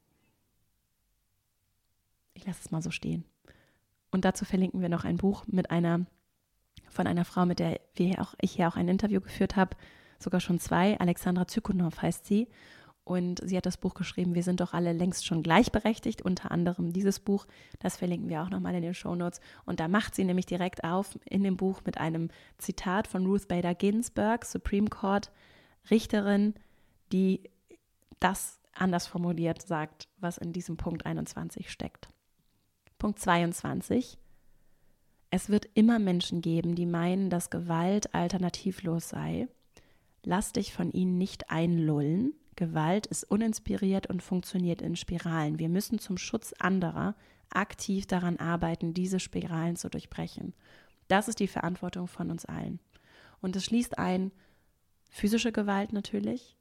Ich lasse es mal so stehen. Und dazu verlinken wir noch ein Buch mit einer von einer Frau, mit der wir auch, ich hier auch ein Interview geführt habe, sogar schon zwei, Alexandra Zykunow heißt sie. Und sie hat das Buch geschrieben, wir sind doch alle längst schon gleichberechtigt, unter anderem dieses Buch, das verlinken wir auch nochmal in den Shownotes. Und da macht sie nämlich direkt auf in dem Buch mit einem Zitat von Ruth Bader Ginsburg, Supreme Court Richterin, die das anders formuliert sagt, was in diesem Punkt einundzwanzig steckt. Punkt zweiundzwanzig. Es wird immer Menschen geben, die meinen, dass Gewalt alternativlos sei. Lass dich von ihnen nicht einlullen. Gewalt ist uninspiriert und funktioniert in Spiralen. Wir müssen zum Schutz anderer aktiv daran arbeiten, diese Spiralen zu durchbrechen. Das ist die Verantwortung von uns allen. Und es schließt ein physische Gewalt natürlich.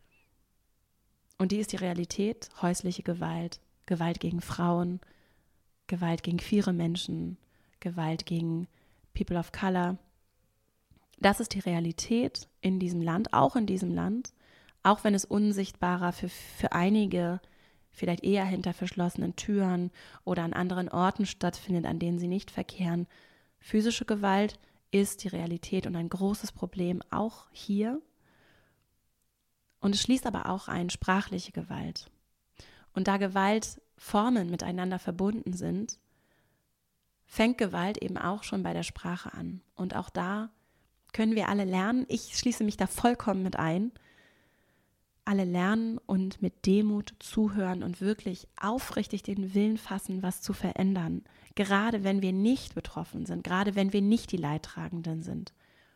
Und die ist die Realität, häusliche Gewalt, Gewalt gegen Frauen, Gewalt gegen queere Menschen, Gewalt gegen People of Color. Das ist die Realität in diesem Land, auch in diesem Land, auch wenn es unsichtbarer für, für einige vielleicht eher hinter verschlossenen Türen oder an anderen Orten stattfindet, an denen sie nicht verkehren. Physische Gewalt ist die Realität und ein großes Problem auch hier. Und es schließt aber auch ein sprachliche Gewalt. Und da Gewaltformen miteinander verbunden sind, fängt Gewalt eben auch schon bei der Sprache an. Und auch da können wir alle lernen, ich schließe mich da vollkommen mit ein, alle lernen und mit Demut zuhören und wirklich aufrichtig den Willen fassen, was zu verändern. Gerade wenn wir nicht betroffen sind, gerade wenn wir nicht die Leidtragenden sind.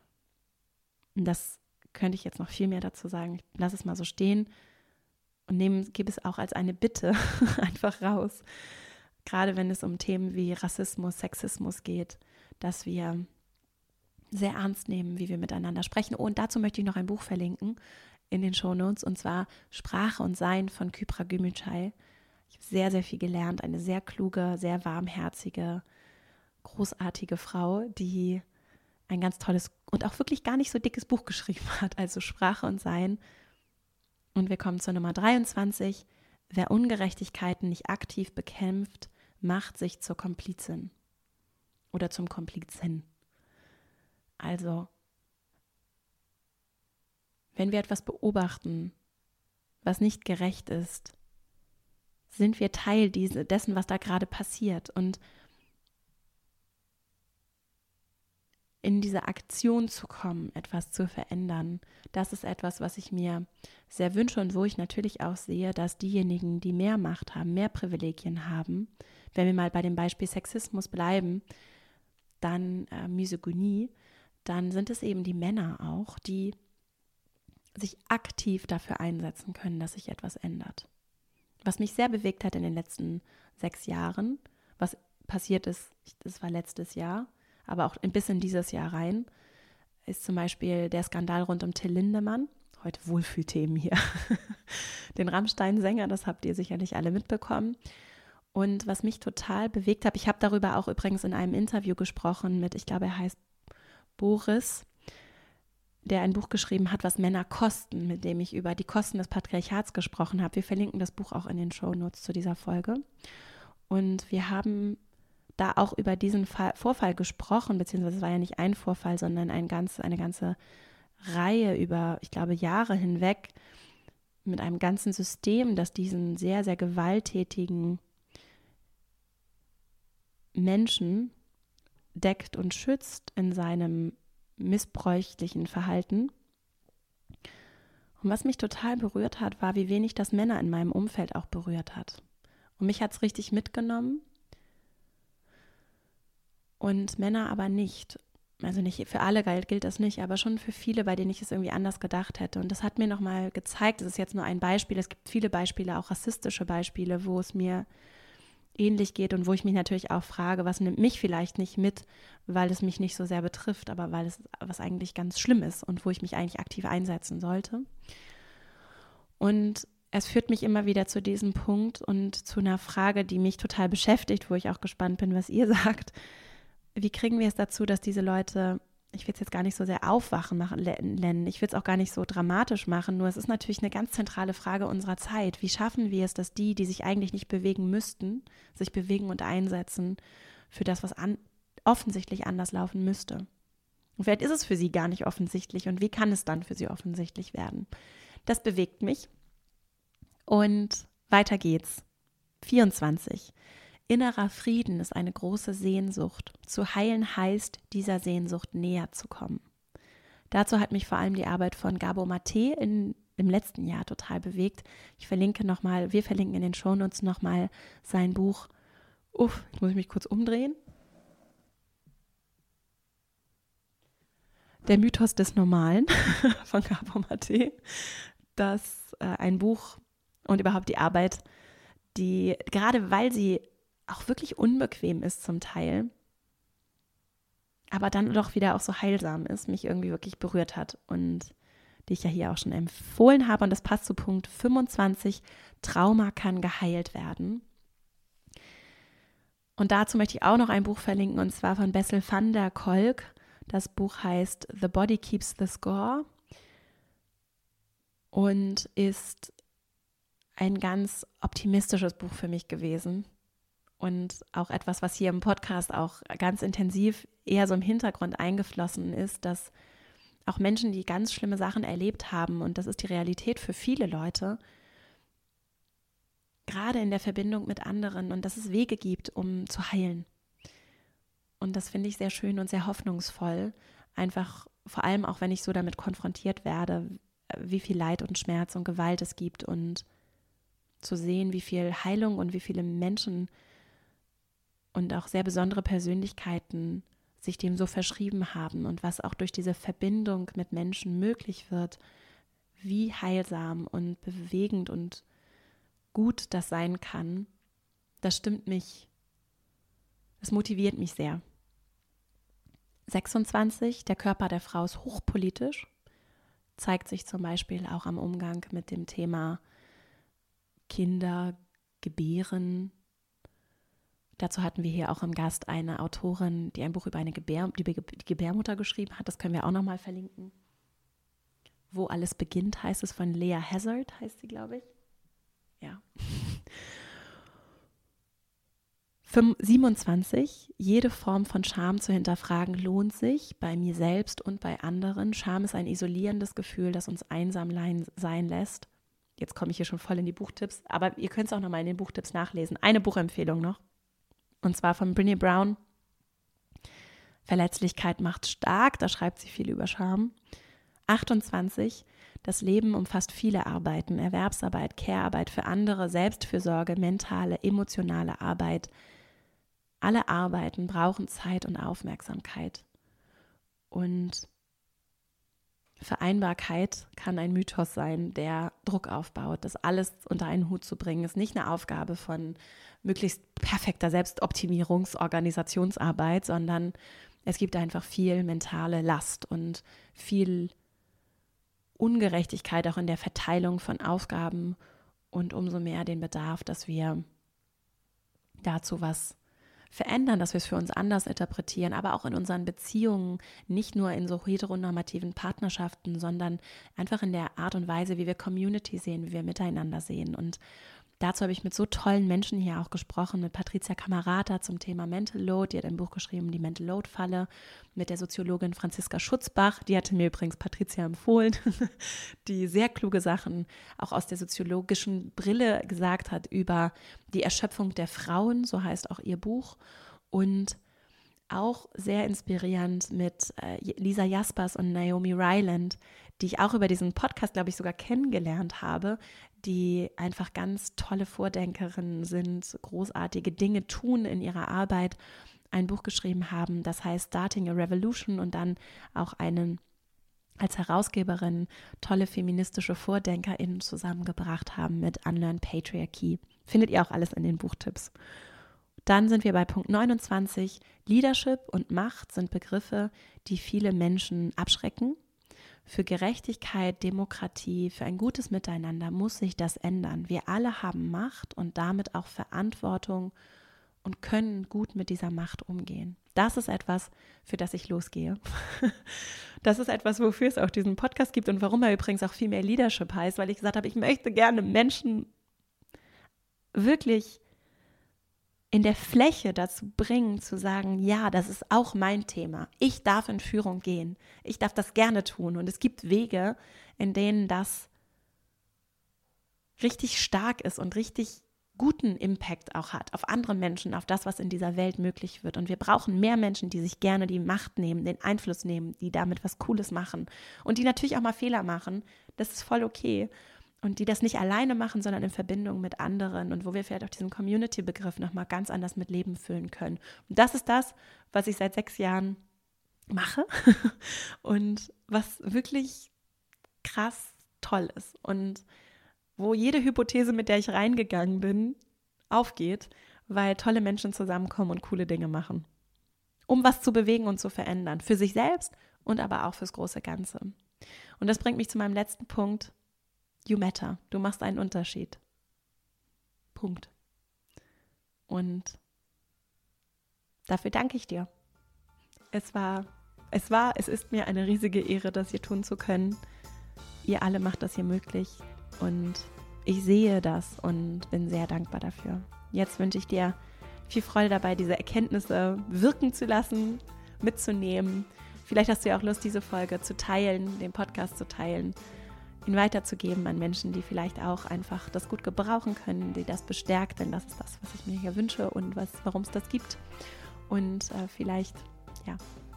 Und das könnte ich jetzt noch viel mehr dazu sagen. Ich lasse es mal so stehen und nehme, gebe es auch als eine Bitte einfach raus. Gerade wenn es um Themen wie Rassismus, Sexismus geht, dass wir sehr ernst nehmen, wie wir miteinander sprechen. Oh, und dazu möchte ich noch ein Buch verlinken in den Shownotes, und zwar Sprache und Sein von Kypra Gümüşay. Ich habe sehr, sehr viel gelernt. Eine sehr kluge, sehr warmherzige, großartige Frau, die ein ganz tolles und auch wirklich gar nicht so dickes Buch geschrieben hat, also Sprache und Sein. Und wir kommen zur Nummer dreiundzwanzig. Wer Ungerechtigkeiten nicht aktiv bekämpft, macht sich zur Komplizin oder zum Komplizen. Also, wenn wir etwas beobachten, was nicht gerecht ist, sind wir Teil diese, dessen, was da gerade passiert. Und in diese Aktion zu kommen, etwas zu verändern, das ist etwas, was ich mir sehr wünsche und wo ich natürlich auch sehe, dass diejenigen, die mehr Macht haben, mehr Privilegien haben, wenn wir mal bei dem Beispiel Sexismus bleiben, dann äh, Misogynie, dann sind es eben die Männer auch, die sich aktiv dafür einsetzen können, dass sich etwas ändert. Was mich sehr bewegt hat in den letzten sechs Jahren, was passiert ist, das war letztes Jahr, aber auch ein bisschen dieses Jahr rein, ist zum Beispiel der Skandal rund um Till Lindemann. Heute Wohlfühlthemen hier. Den Rammstein-Sänger, das habt ihr sicherlich alle mitbekommen. Und was mich total bewegt hat, ich habe darüber auch übrigens in einem Interview gesprochen mit, ich glaube, er heißt Boris, der ein Buch geschrieben hat, was Männer kosten, mit dem ich über die Kosten des Patriarchats gesprochen habe. Wir verlinken das Buch auch in den Shownotes zu dieser Folge. Und wir haben da auch über diesen Fall, Vorfall gesprochen, beziehungsweise es war ja nicht ein Vorfall, sondern ein ganz, eine ganze Reihe über, ich glaube, Jahre hinweg mit einem ganzen System, das diesen sehr, sehr gewalttätigen Menschen deckt und schützt in seinem missbräuchlichen Verhalten. Und was mich total berührt hat, war, wie wenig das Männer in meinem Umfeld auch berührt hat. Und mich hat es richtig mitgenommen. Und Männer aber nicht. Also nicht für alle gilt das nicht, aber schon für viele, bei denen ich es irgendwie anders gedacht hätte. Und das hat mir nochmal gezeigt, das ist jetzt nur ein Beispiel, es gibt viele Beispiele, auch rassistische Beispiele, wo es mir ähnlich geht und wo ich mich natürlich auch frage, was nimmt mich vielleicht nicht mit, weil es mich nicht so sehr betrifft, aber weil es was eigentlich ganz schlimm ist und wo ich mich eigentlich aktiv einsetzen sollte. Und es führt mich immer wieder zu diesem Punkt und zu einer Frage, die mich total beschäftigt, wo ich auch gespannt bin, was ihr sagt. Wie kriegen wir es dazu, dass diese Leute, ich will es jetzt gar nicht so sehr aufwachen machen, nennen, ich will es auch gar nicht so dramatisch machen, nur es ist natürlich eine ganz zentrale Frage unserer Zeit. Wie schaffen wir es, dass die, die sich eigentlich nicht bewegen müssten, sich bewegen und einsetzen für das, was an, offensichtlich anders laufen müsste? Und vielleicht ist es für sie gar nicht offensichtlich und wie kann es dann für sie offensichtlich werden? Das bewegt mich. Und weiter geht's. vierundzwanzig. Innerer Frieden ist eine große Sehnsucht. Zu heilen heißt, dieser Sehnsucht näher zu kommen. Dazu hat mich vor allem die Arbeit von Gabor Mate in, im letzten Jahr total bewegt. Ich verlinke nochmal, wir verlinken in den Shownotes nochmal sein Buch. Uff, jetzt muss ich mich kurz umdrehen. Der Mythos des Normalen von Gabor Mate. Das äh, ein Buch und überhaupt die Arbeit, die, gerade weil sie auch wirklich unbequem ist zum Teil, aber dann doch wieder auch so heilsam ist, mich irgendwie wirklich berührt hat und die ich ja hier auch schon empfohlen habe. Und das passt zu Punkt fünfundzwanzig, Trauma kann geheilt werden. Und dazu möchte ich auch noch ein Buch verlinken, und zwar von Bessel van der Kolk. Das Buch heißt The Body Keeps the Score und ist ein ganz optimistisches Buch für mich gewesen. Und auch etwas, was hier im Podcast auch ganz intensiv eher so im Hintergrund eingeflossen ist, dass auch Menschen, die ganz schlimme Sachen erlebt haben, und das ist die Realität für viele Leute, gerade in der Verbindung mit anderen, und dass es Wege gibt, um zu heilen. Und das finde ich sehr schön und sehr hoffnungsvoll, einfach vor allem auch, wenn ich so damit konfrontiert werde, wie viel Leid und Schmerz und Gewalt es gibt, und zu sehen, wie viel Heilung und wie viele Menschen und auch sehr besondere Persönlichkeiten sich dem so verschrieben haben und was auch durch diese Verbindung mit Menschen möglich wird, wie heilsam und bewegend und gut das sein kann, das stimmt mich, das motiviert mich sehr. sechsundzwanzig, der Körper der Frau ist hochpolitisch, zeigt sich zum Beispiel auch am Umgang mit dem Thema Kinder, Gebären. Dazu hatten wir hier auch im Gast eine Autorin, die ein Buch über eine Gebär, die Gebärmutter geschrieben hat. Das können wir auch nochmal verlinken. Wo alles beginnt, heißt es, von Lea Hazard, heißt sie, glaube ich. Ja. siebenundzwanzig. Jede Form von Scham zu hinterfragen lohnt sich, bei mir selbst und bei anderen. Scham ist ein isolierendes Gefühl, das uns einsam sein lässt. jetzt komme ich hier schon voll in die Buchtipps, aber ihr könnt es auch nochmal in den Buchtipps nachlesen. Eine Buchempfehlung noch, und zwar von Brené Brown. Verletzlichkeit macht stark, da schreibt sie viel über Scham. achtundzwanzig. Das Leben umfasst viele Arbeiten, Erwerbsarbeit, Care-Arbeit für andere, Selbstfürsorge, mentale, emotionale Arbeit. Alle Arbeiten brauchen Zeit und Aufmerksamkeit. Und Vereinbarkeit kann ein Mythos sein, der Druck aufbaut. Das alles unter einen Hut zu bringen, ist nicht eine Aufgabe von möglichst perfekter Selbstoptimierungs-Organisationsarbeit, sondern es gibt einfach viel mentale Last und viel Ungerechtigkeit auch in der Verteilung von Aufgaben und umso mehr den Bedarf, dass wir dazu was verändern, dass wir es für uns anders interpretieren, aber auch in unseren Beziehungen, nicht nur in so heteronormativen Partnerschaften, sondern einfach in der Art und Weise, wie wir Community sehen, wie wir miteinander sehen. Und dazu habe ich mit so tollen Menschen hier auch gesprochen, mit Patricia Camerata zum Thema Mental Load, die hat ein Buch geschrieben, die Mental Load Falle, mit der Soziologin Franziska Schutzbach, die hatte mir übrigens Patricia empfohlen, die sehr kluge Sachen auch aus der soziologischen Brille gesagt hat über die Erschöpfung der Frauen, so heißt auch ihr Buch, und auch sehr inspirierend mit äh, Lisa Jaspers und Naomi Ryland, die ich auch über diesen Podcast, glaube ich, sogar kennengelernt habe, die einfach ganz tolle Vordenkerinnen sind, großartige Dinge tun in ihrer Arbeit, ein Buch geschrieben haben, das heißt Starting a Revolution, und dann auch einen als Herausgeberin tolle feministische VordenkerInnen zusammengebracht haben mit Unlearn Patriarchy. Findet ihr auch alles in den Buchtipps. Dann sind wir bei Punkt neunundzwanzig. Leadership und Macht sind Begriffe, die viele Menschen abschrecken. Für Gerechtigkeit, Demokratie, für ein gutes Miteinander muss sich das ändern. Wir alle haben Macht und damit auch Verantwortung und können gut mit dieser Macht umgehen. Das ist etwas, für das ich losgehe. Das ist etwas, wofür es auch diesen Podcast gibt und warum er übrigens auch viel mehr Leadership heißt, weil ich gesagt habe, ich möchte gerne Menschen wirklich in der Fläche dazu bringen, zu sagen, ja, das ist auch mein Thema. Ich darf in Führung gehen. Ich darf das gerne tun. Und es gibt Wege, in denen das richtig stark ist und richtig guten Impact auch hat auf andere Menschen, auf das, was in dieser Welt möglich wird. Und wir brauchen mehr Menschen, die sich gerne die Macht nehmen, den Einfluss nehmen, die damit was Cooles machen und die natürlich auch mal Fehler machen. Das ist voll okay. Und die das nicht alleine machen, sondern in Verbindung mit anderen und wo wir vielleicht auch diesen Community-Begriff nochmal ganz anders mit Leben füllen können. Und das ist das, was ich seit sechs Jahren mache und was wirklich krass toll ist und wo jede Hypothese, mit der ich reingegangen bin, aufgeht, weil tolle Menschen zusammenkommen und coole Dinge machen, um was zu bewegen und zu verändern, für sich selbst und aber auch fürs große Ganze. Und das bringt mich zu meinem letzten Punkt. You matter. Du machst einen Unterschied. Punkt. Und dafür danke ich dir. Es war, es war, es ist mir eine riesige Ehre, das hier tun zu können. Ihr alle macht das hier möglich und ich sehe das und bin sehr dankbar dafür. Jetzt wünsche ich dir viel Freude dabei, diese Erkenntnisse wirken zu lassen, mitzunehmen. Vielleicht hast du ja auch Lust, diese Folge zu teilen, den Podcast zu teilen, ihn weiterzugeben an Menschen, die vielleicht auch einfach das gut gebrauchen können, die das bestärkt, denn das ist das, was ich mir hier wünsche und was, warum es das gibt. Und äh, vielleicht, ja,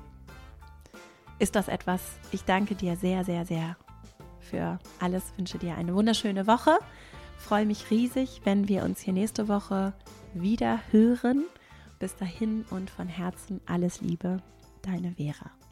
ist das etwas. Ich danke dir sehr, sehr, sehr für alles. Wünsche dir eine wunderschöne Woche. Freue mich riesig, wenn wir uns hier nächste Woche wieder hören. Bis dahin und von Herzen alles Liebe, deine Vera.